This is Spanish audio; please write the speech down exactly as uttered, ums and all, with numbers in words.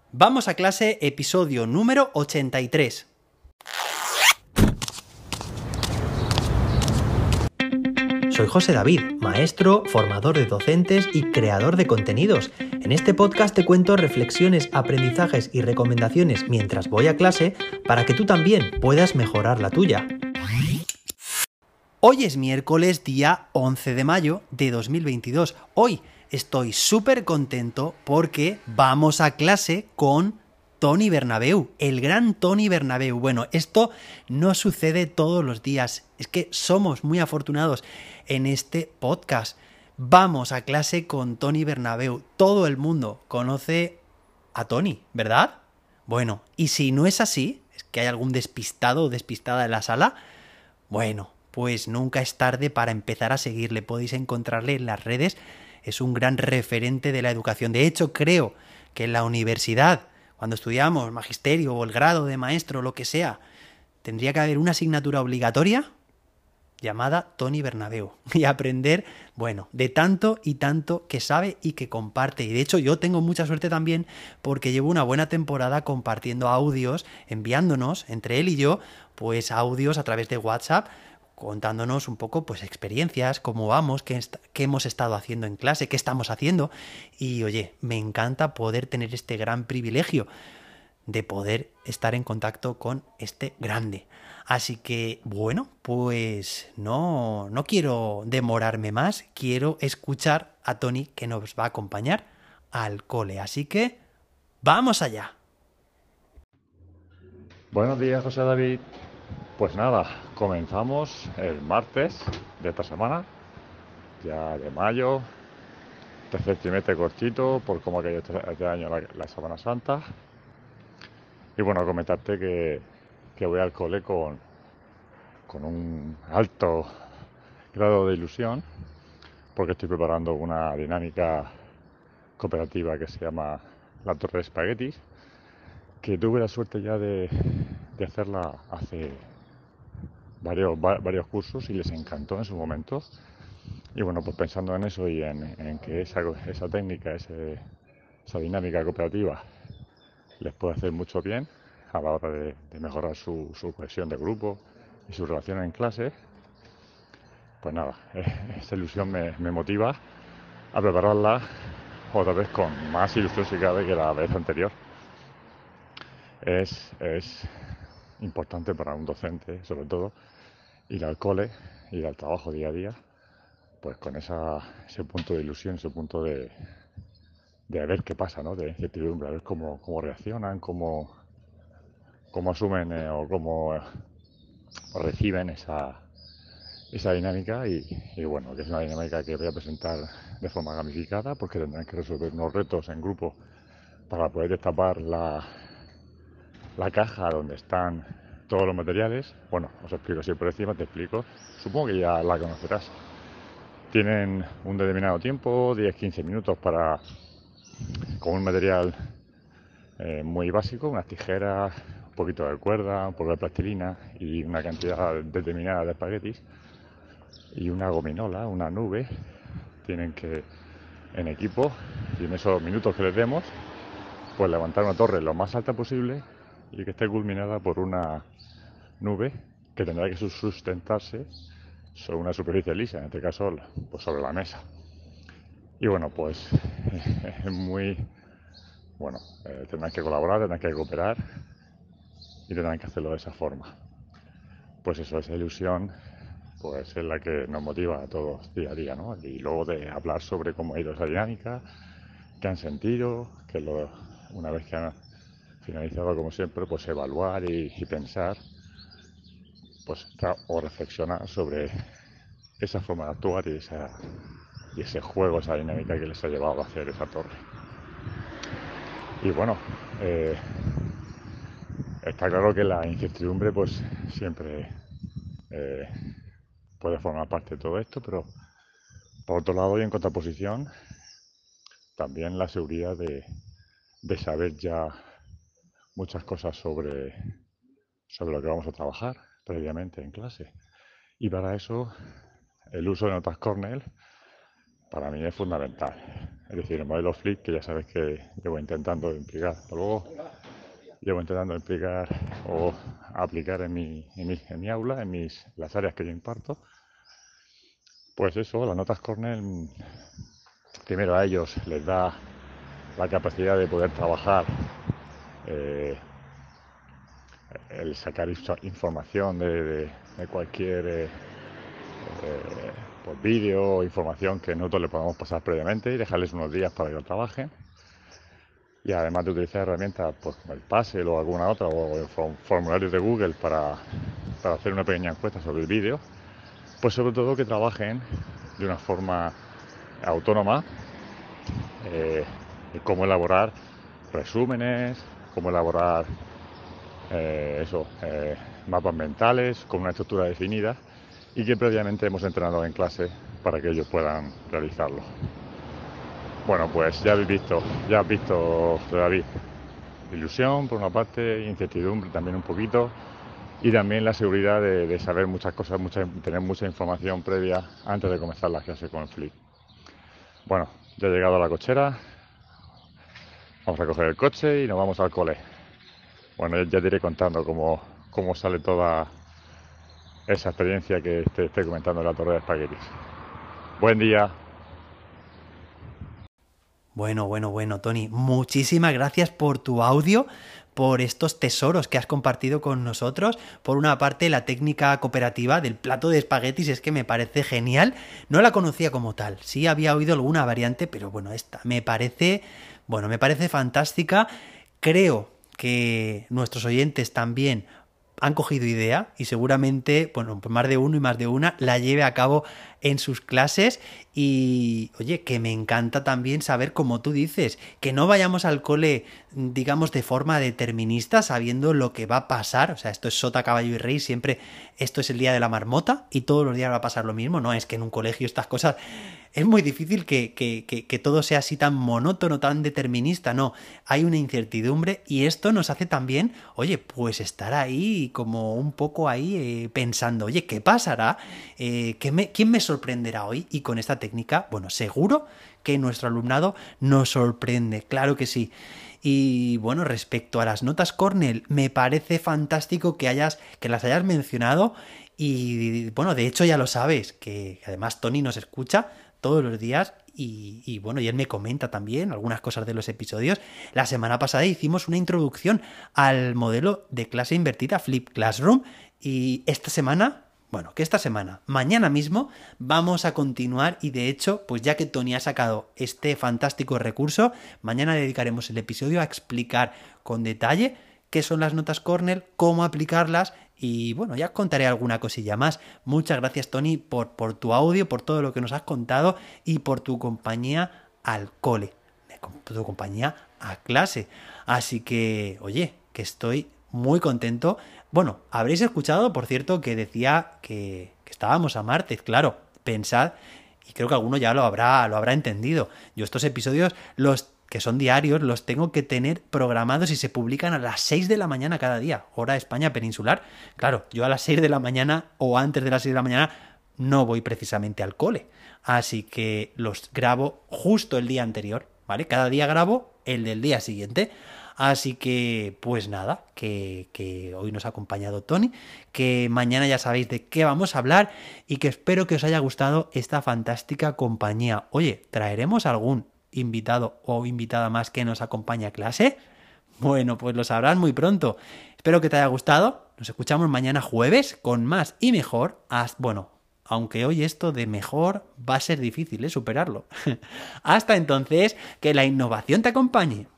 Vamos a clase, episodio número ochenta y tres. Soy José David, maestro, formador de docentes y creador de contenidos. En este podcast te cuento reflexiones, aprendizajes y recomendaciones mientras voy a clase para que tú también puedas mejorar la tuya. Hoy es miércoles, día once de mayo de dos mil veintidós. Hoy estoy súper contento porque vamos a clase con Toni Bernabeu, el gran Toni Bernabeu. Bueno, esto no sucede todos los días, es que somos muy afortunados en este podcast. Vamos a clase con Toni Bernabeu. Todo el mundo conoce a Toni, ¿verdad? Bueno, y si no es así, es que hay algún despistado o despistada en la sala, bueno, pues nunca es tarde para empezar a seguirle. Podéis encontrarle en las redes, es un gran referente de la educación. De hecho, creo que en la universidad, cuando estudiamos magisterio o el grado de maestro o lo que sea, tendría que haber una asignatura obligatoria llamada Toni Bernabeu y aprender, bueno, de tanto y tanto que sabe y que comparte. Y de hecho yo tengo mucha suerte también porque llevo una buena temporada compartiendo audios, enviándonos entre él y yo, pues audios a través de WhatsApp, contándonos un poco pues experiencias, cómo vamos, qué, est- qué hemos estado haciendo en clase, qué estamos haciendo. Y oye, me encanta poder tener este gran privilegio de poder estar en contacto con este grande. Así que, bueno, pues no, no quiero demorarme más, quiero escuchar a Toni que nos va a acompañar al cole. Así que, ¡vamos allá! Buenos días, José David. Pues nada, comenzamos el martes de esta semana, ya de mayo, tercer trimestre cortito, por cómo ha caído este, este año la, la Semana Santa. Y bueno, comentarte que, que voy al cole con, con un alto grado de ilusión, porque estoy preparando una dinámica cooperativa que se llama La Torre de Espaguetis, que tuve la suerte ya de, de hacerla hace varios, va- varios cursos y les encantó en su momento. Y bueno, pues pensando en eso y en, en que esa, esa técnica, ese, esa dinámica cooperativa les puede hacer mucho bien a la hora de, de mejorar su, su cohesión de grupo y su relación en clase, pues nada, esta ilusión me, me motiva a prepararla otra vez con más ilusión si cabe que la vez anterior. Es, es importante para un docente, sobre todo, ir al cole, ir al trabajo día a día, pues con esa, ese punto de ilusión, ese punto de, de ver qué pasa, ¿no? De incertidumbre, a ver cómo, cómo reaccionan, cómo, cómo asumen eh, o cómo eh, reciben esa, esa dinámica y, y bueno, que es una dinámica que voy a presentar de forma gamificada porque tendrán que resolver unos retos en grupo para poder destapar la, la caja donde están todos los materiales. Bueno, os explico así por encima, te explico. Supongo que ya la conocerás. Tienen un determinado tiempo, diez a quince minutos para, con un material eh, muy básico, unas tijeras, un poquito de cuerda, un poco de plastilina y una cantidad determinada de espaguetis y una gominola, una nube. Tienen que, en equipo, y en esos minutos que les demos, pues levantar una torre lo más alta posible y que esté culminada por una nube que tendrá que sustentarse sobre una superficie lisa, en este caso pues sobre la mesa. Y bueno, pues es muy bueno, eh, tendrán que colaborar, tendrán que cooperar y tendrán que hacerlo de esa forma. Pues eso, esa ilusión pues es la que nos motiva a todos día a día, ¿no? Y luego de hablar sobre cómo ha ido esa dinámica, qué han sentido, que lo, una vez que han finalizado, como siempre, pues evaluar y, y pensar, pues o reflexionar sobre esa forma de actuar y, esa, y ese juego, esa dinámica que les ha llevado a hacer esa torre. Y bueno, eh, está claro que la incertidumbre pues siempre eh, puede formar parte de todo esto, pero por otro lado y en contraposición también la seguridad de, de saber ya muchas cosas sobre, sobre lo que vamos a trabajar previamente en clase. Y para eso el uso de notas Cornell para mí es fundamental. es decir, el modelo Flip, que ya sabes que llevo intentando implicar, hasta luego, llevo intentando implicar o aplicar en mi, en mi, en mi aula, en mis, las áreas que yo imparto. Pues eso, las notas Cornell, primero a ellos les da la capacidad de poder trabajar, eh, el sacar información de, de, de cualquier eh, eh, pues vídeo o información que nosotros le podamos pasar previamente y dejarles unos días para que lo trabajen. Y además de utilizar herramientas pues, como el Puzzle o alguna otra, o formularios de Google para, para hacer una pequeña encuesta sobre el vídeo, pues sobre todo que trabajen de una forma autónoma, eh, cómo elaborar resúmenes, cómo elaborar eh, eso, eh, mapas mentales con una estructura definida y que previamente hemos entrenado en clase para que ellos puedan realizarlo. Bueno, pues ya habéis visto, ya has visto, David, ilusión por una parte, incertidumbre también un poquito, y también la seguridad de, de saber muchas cosas, mucha, tener mucha información previa antes de comenzar la clase con el Flip. Bueno, ya he llegado a la cochera, vamos a coger el coche y nos vamos al cole. Bueno, ya te iré contando cómo, cómo sale toda esa experiencia que te estoy comentando en la Torre de Espaguetis. Buen día. Bueno, bueno, bueno, Tony, muchísimas gracias por tu audio, por estos tesoros que has compartido con nosotros. Por una parte, la técnica cooperativa del plato de espaguetis es que me parece genial. No la conocía como tal, sí había oído alguna variante, pero bueno, esta me parece, bueno, me parece fantástica. Creo que nuestros oyentes también han cogido idea y seguramente, bueno, pues más de uno y más de una la lleve a cabo en sus clases. Y oye, que me encanta también saber, como tú dices, que no vayamos al cole, digamos, de forma determinista, sabiendo lo que va a pasar. O sea, esto es sota, caballo y rey, siempre esto es el día de la marmota y todos los días va a pasar lo mismo. No es que en un colegio estas cosas es muy difícil que, que, que, que todo sea así tan monótono, tan determinista. No, hay una incertidumbre y esto nos hace también, oye, pues estar ahí como un poco ahí eh, pensando, oye, ¿qué pasará? Eh, ¿qué me, ¿Quién me sorprenderá hoy? Y con esta técnica, bueno, seguro que nuestro alumnado nos sorprende, claro que sí. Y bueno, respecto a las notas Cornell, me parece fantástico que hayas, que las hayas mencionado. Y bueno, de hecho ya lo sabes, que además Tony nos escucha todos los días y, y bueno, y él me comenta también algunas cosas de los episodios. La semana pasada hicimos una introducción al modelo de clase invertida Flip Classroom y esta semana, bueno, que esta semana, mañana mismo vamos a continuar y de hecho, pues ya que Tony ha sacado este fantástico recurso, mañana dedicaremos el episodio a explicar con detalle qué son las notas Cornell, cómo aplicarlas y bueno, ya contaré alguna cosilla más. Muchas gracias, Tony, por, por tu audio, por todo lo que nos has contado y por tu compañía al cole, por tu compañía a clase. Así que, oye, que estoy muy contento. Bueno, habréis escuchado, por cierto, que decía que, que estábamos a martes, claro, pensad, y creo que alguno ya lo habrá, lo habrá entendido. Yo estos episodios, los que son diarios, los tengo que tener programados y se publican a las seis de la mañana cada día, hora España peninsular. Claro, yo a las seis de la mañana o antes de las seis de la mañana no voy precisamente al cole, así que los grabo justo el día anterior, ¿vale? Cada día grabo el del día siguiente. Así que, pues nada, que, que hoy nos ha acompañado Tony, que mañana ya sabéis de qué vamos a hablar y que espero que os haya gustado esta fantástica compañía. Oye, ¿traeremos algún invitado o invitada más que nos acompañe a clase? Bueno, pues lo sabrán muy pronto. Espero que te haya gustado. Nos escuchamos mañana jueves con más y mejor. Hasta, bueno, aunque hoy esto de mejor va a ser difícil, ¿eh? Superarlo. Hasta entonces, que la innovación te acompañe.